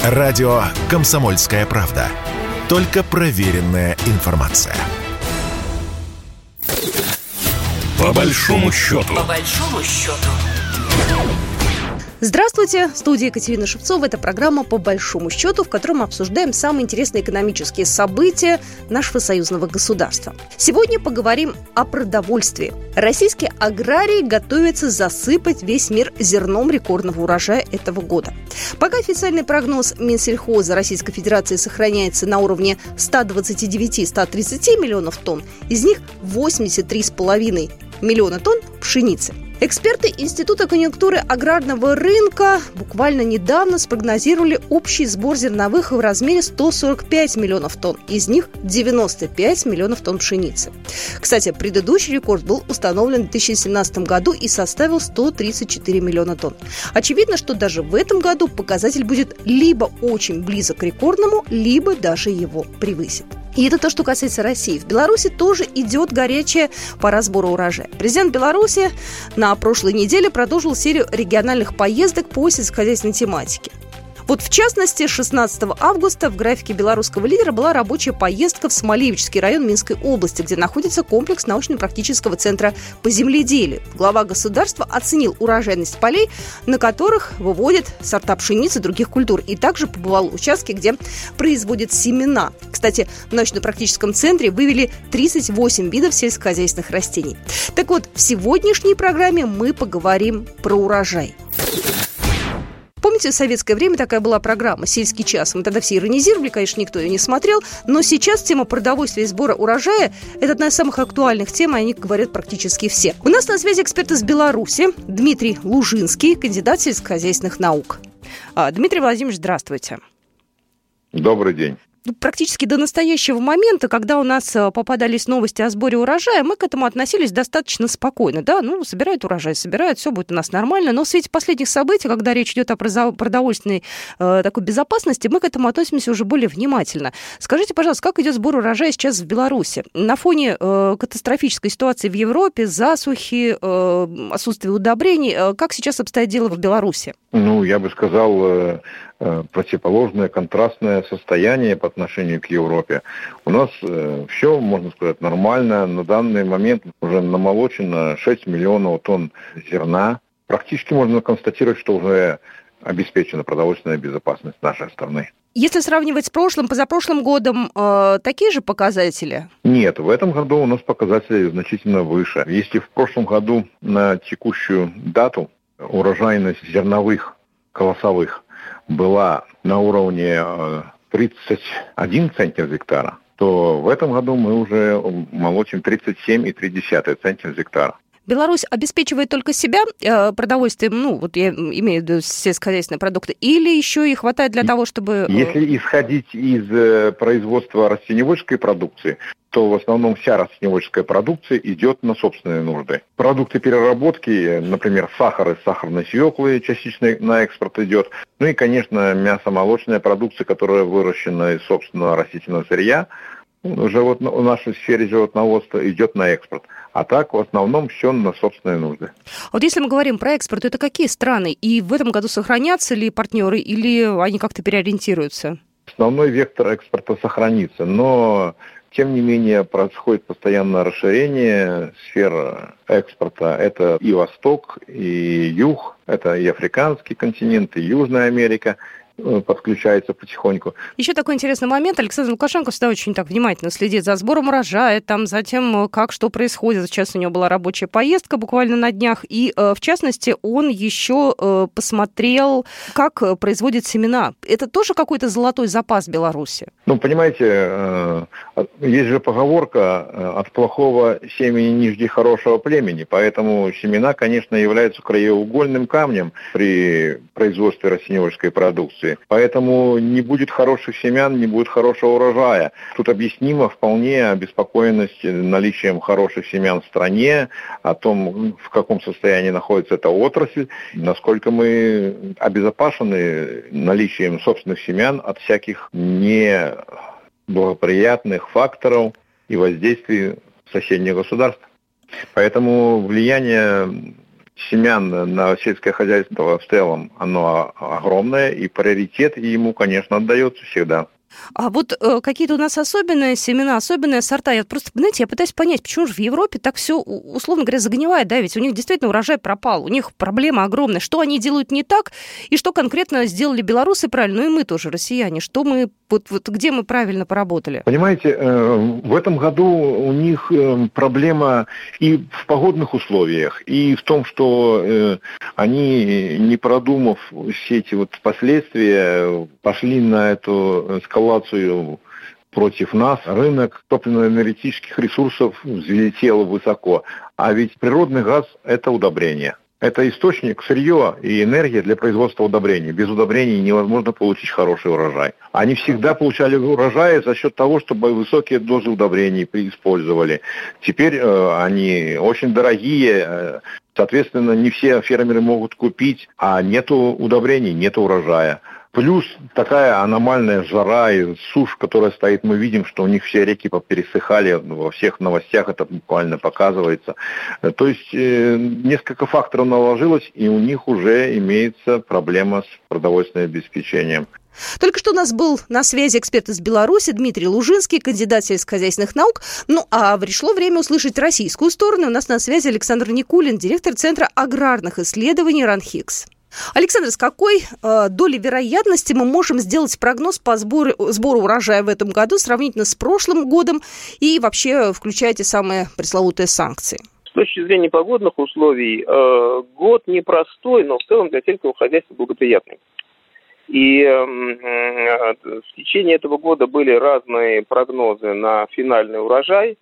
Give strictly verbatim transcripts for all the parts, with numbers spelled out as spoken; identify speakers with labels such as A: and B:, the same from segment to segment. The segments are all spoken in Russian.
A: Радио «Комсомольская правда». Только проверенная информация. По большому счету.
B: По большому счету.
C: Здравствуйте, в студии Екатерина Шевцова. Это программа «По большому счету», в которой мы обсуждаем самые интересные экономические события нашего союзного государства. Сегодня поговорим о продовольствии. Российские аграрии готовятся засыпать весь мир зерном рекордного урожая этого года. Пока официальный прогноз Минсельхоза Российской Федерации сохраняется на уровне сто двадцать девять - сто тридцать миллионов тонн, из них восемьдесят три целых пять десятых миллиона тонн пшеницы. Эксперты Института конъюнктуры аграрного рынка буквально недавно спрогнозировали общий сбор зерновых в размере сто сорок пять миллионов тонн, из них девяносто пять миллионов тонн пшеницы. Кстати, предыдущий рекорд был установлен в две тысячи семнадцатом году и составил сто тридцать четыре миллиона тонн. Очевидно, что даже в этом году показатель будет либо очень близок к рекордному, либо даже его превысит. И это то, что касается России. В Беларуси тоже идет горячая пора сбора урожая. Президент Беларуси на прошлой неделе продолжил серию региональных поездок по сельскохозяйственной тематике. Вот в частности, шестнадцатого августа в графике белорусского лидера была рабочая поездка в Смолевичский район Минской области, где находится комплекс научно-практического центра по земледелию. Глава государства оценил урожайность полей, на которых выводят сорта пшеницы и других культур, и также побывал в участке, где производят семена. Кстати, в научно-практическом центре вывели тридцать восемь видов сельскохозяйственных растений. Так вот, в сегодняшней программе мы поговорим про урожай. Помните, в советское время такая была программа «Сельский час». Мы тогда все иронизировали, конечно, никто ее не смотрел. Но сейчас тема продовольствия и сбора урожая – это одна из самых актуальных тем, и о них говорят практически все. У нас на связи эксперт из Беларуси Дмитрий Лужинский, кандидат сельскохозяйственных наук. Дмитрий Владимирович, здравствуйте.
D: Добрый день.
C: Практически до настоящего момента, когда у нас попадались новости о сборе урожая, мы к этому относились достаточно спокойно. Да, ну, собирают урожай, собирают, все будет у нас нормально. Но в свете последних событий, когда речь идет о продовольственной э, такой безопасности, мы к этому относимся уже более внимательно. Скажите, пожалуйста, как идет сбор урожая сейчас в Беларуси? На фоне э, катастрофической ситуации в Европе, засухи, э, отсутствия удобрений, э, как сейчас обстоит дело в Беларуси?
D: Ну, я бы сказал, э, э, противоположное, контрастное состояние по отношению к Европе. У нас э, все, можно сказать, нормально. На данный момент уже намолочено шесть миллионов тонн зерна. Практически можно констатировать, что уже обеспечена продовольственная безопасность нашей страны.
C: Если сравнивать с прошлым, позапрошлым годом, э, такие же показатели? Нет,
D: в этом году у нас показатели значительно выше. Если в прошлом году на текущую дату урожайность зерновых колосовых была на уровне э, тридцать один центнер с гектара, то в этом году мы уже молотим тридцать семь и три десятых центнер с гектара.
C: Беларусь обеспечивает только себя э, продовольствием, ну, вот я имею в виду сельскохозяйственные продукты, или еще и хватает для того, чтобы... Э...
D: Если исходить из э, производства растениеводческой продукции, то в основном вся растениеводческая продукция идет на собственные нужды. Продукты переработки, например, сахар из сахарной свеклы частично на экспорт идет. Ну и, конечно, мясо-молочная продукция, которая выращена из собственного растительного сырья, живот... в нашей сфере животноводства идет на экспорт. А так, в основном, все на собственные нужды.
C: Вот если мы говорим про экспорт, это какие страны? И в этом году сохранятся ли партнеры, или они как-то переориентируются?
D: Основной вектор экспорта сохранится, но... Тем не менее, происходит постоянное расширение сфер экспорта. Это и Восток, и Юг, это и африканский континент, и Южная Америка подключается потихоньку.
C: Еще такой интересный момент. Александр Лукашенко всегда очень так внимательно следит за сбором урожая, там, за тем, как что происходит. Сейчас у него была рабочая поездка буквально на днях, и, в частности, он еще посмотрел, как производят семена. Это тоже какой-то золотой запас Беларуси?
D: Ну, понимаете, есть же поговорка: от плохого семени не жди хорошего племени, поэтому семена, конечно, являются краеугольным камнем при производстве растениеводческой продукции. Поэтому не будет хороших семян, не будет хорошего урожая. Тут объяснимо вполне обеспокоенность наличием хороших семян в стране, о том, в каком состоянии находится эта отрасль, насколько мы обезопасены наличием собственных семян от всяких неблагоприятных факторов и воздействий соседних государств. Поэтому влияние семян на сельское хозяйство в целом, оно огромное, и приоритет ему, конечно, отдается всегда.
C: А вот э, какие-то у нас особенные семена, особенные сорта. Я просто, знаете, я пытаюсь понять, почему же в Европе так все, условно говоря, загнивает, да? Ведь у них действительно урожай пропал, у них проблема огромная. Что они делают не так, и что конкретно сделали белорусы правильно, ну и мы тоже, россияне. Что мы, вот, вот где мы правильно поработали?
D: Понимаете, э, в этом году у них э, проблема и в погодных условиях, и в том, что э, они, не продумав все эти вот последствия, пошли на эту эскалацию против нас. Рынок топливно-энергетических ресурсов взлетел высоко. А ведь природный газ – это удобрение. Это источник сырья и энергия для производства удобрений. Без удобрений невозможно получить хороший урожай. Они всегда получали урожаи за счет того, чтобы высокие дозы удобрений использовали. Теперь э, они очень дорогие, э, соответственно, не все фермеры могут купить, а нету удобрений, нету урожая. Плюс такая аномальная жара и сушь, которая стоит, мы видим, что у них все реки попересыхали, во всех новостях это буквально показывается. То есть э, несколько факторов наложилось, и у них уже имеется проблема с продовольственным обеспечением.
C: Только что у нас был на связи эксперт из Беларуси Дмитрий Лужинский, кандидат сельскохозяйственных наук. Ну, а пришло время услышать российскую сторону. У нас на связи Александр Никулин, директор Центра аграрных исследований РАНХИКС. Александр, с какой э, долей вероятности мы можем сделать прогноз по сбору, сбору урожая в этом году сравнительно с прошлым годом и вообще включая те самые пресловутые санкции?
B: С точки зрения погодных условий, э, год непростой, но в целом для сельского хозяйства благоприятный. И э, в течение этого года были разные прогнозы на финальный урожай.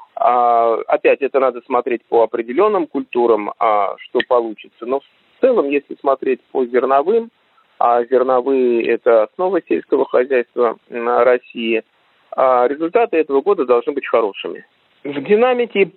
B: А, опять это надо смотреть по определенным культурам, а, что получится. Но в целом, если смотреть по зерновым, а зерновые – это основа сельского хозяйства на России, а результаты этого года должны быть хорошими. В динамике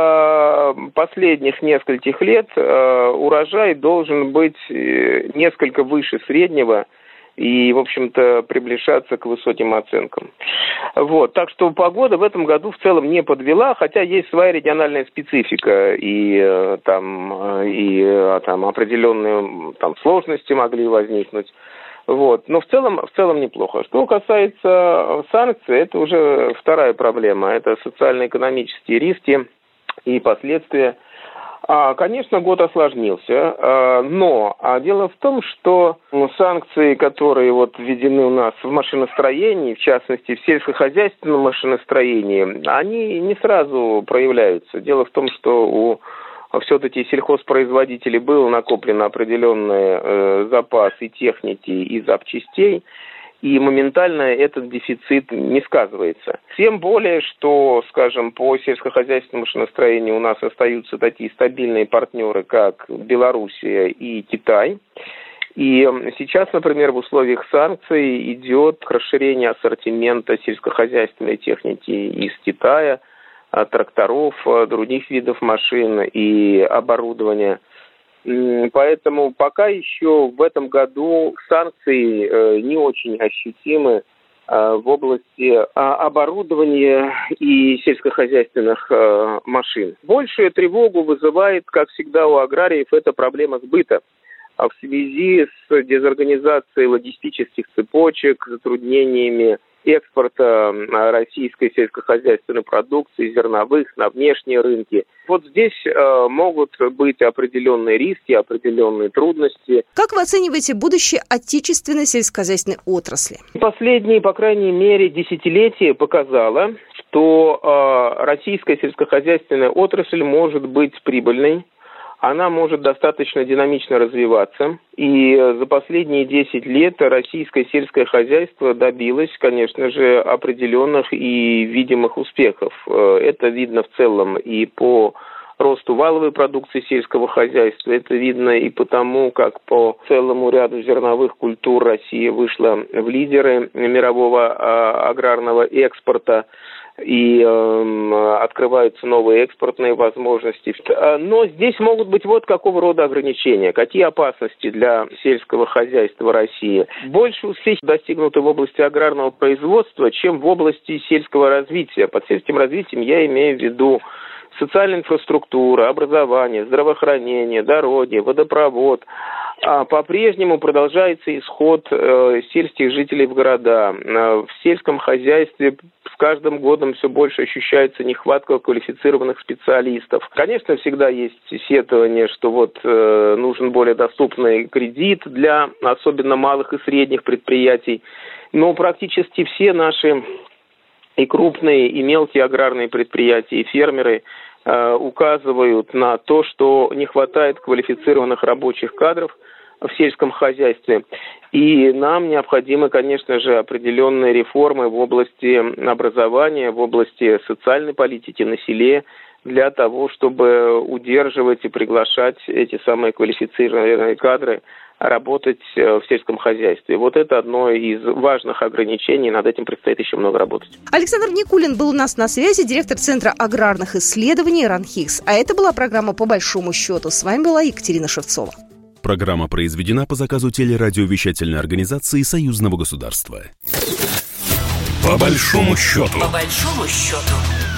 B: по последних нескольких лет э, урожай должен быть несколько выше среднего и, в общем-то, приближаться к высоким оценкам. Вот. Так что погода в этом году в целом не подвела, хотя есть своя региональная специфика, и там, и, там определенные там, сложности могли возникнуть. Вот. Но в целом, в целом неплохо. Что касается санкций, это уже вторая проблема. Это социально-экономические риски и последствия. А, конечно, год осложнился, а, но а дело в том, что санкции, которые вот введены у нас в машиностроении, в частности в сельскохозяйственном машиностроении, они не сразу проявляются. Дело в том, что у все-таки сельхозпроизводителей был накоплен определенный э, запас и техники, и запчастей, и моментально этот дефицит не сказывается. Тем более, что, скажем, по сельскохозяйственному машиностроению у нас остаются такие стабильные партнеры, как Белоруссия и Китай. И сейчас, например, в условиях санкций идет расширение ассортимента сельскохозяйственной техники из Китая, тракторов, других видов машин и оборудования. Поэтому пока еще в этом году санкции не очень ощутимы в области оборудования и сельскохозяйственных машин. Большую тревогу вызывает, как всегда у аграриев, это проблема сбыта. В связи с дезорганизацией логистических цепочек, затруднениями экспорта российской сельскохозяйственной продукции, зерновых на внешние рынки. Вот здесь э, могут быть определенные риски, определенные трудности.
C: Как вы оцениваете будущее отечественной сельскохозяйственной отрасли?
B: Последние, по крайней мере, десятилетия показало, что э, российская сельскохозяйственная отрасль может быть прибыльной. Она может достаточно динамично развиваться. И за последние десять лет российское сельское хозяйство добилось, конечно же, определенных и видимых успехов. Это видно в целом и по росту валовой продукции сельского хозяйства. Это видно и потому, как по целому ряду зерновых культур Россия вышла в лидеры мирового аграрного экспорта. И э, открываются новые экспортные возможности. Но здесь могут быть вот какого рода ограничения, какие опасности для сельского хозяйства России. Больше успехов достигнуты в области аграрного производства, чем в области сельского развития. Под сельским развитием я имею в виду социальная инфраструктура, образование, здравоохранение, дороги, водопровод. А по-прежнему продолжается исход э, сельских жителей в города. Э, в сельском хозяйстве с каждым годом все больше ощущается нехватка квалифицированных специалистов. Конечно, всегда есть сетование, что вот э, нужен более доступный кредит для особенно малых и средних предприятий. Но практически все наши и крупные, и мелкие аграрные предприятия, и фермеры э, указывают на то, что не хватает квалифицированных рабочих кадров в сельском хозяйстве. И нам необходимы, конечно же, определенные реформы в области образования, в области социальной политики на селе, для того, чтобы удерживать и приглашать эти самые квалифицированные кадры работать в сельском хозяйстве. Вот это одно из важных ограничений, над этим предстоит еще много работать.
C: Александр Никулин был у нас на связи, директор Центра аграрных исследований РАНХИКС. А это была программа «По большому счету». С вами была Екатерина Шевцова.
A: Программа произведена по заказу телерадиовещательной организации Союзного государства. По большому счету.
E: По большому счету.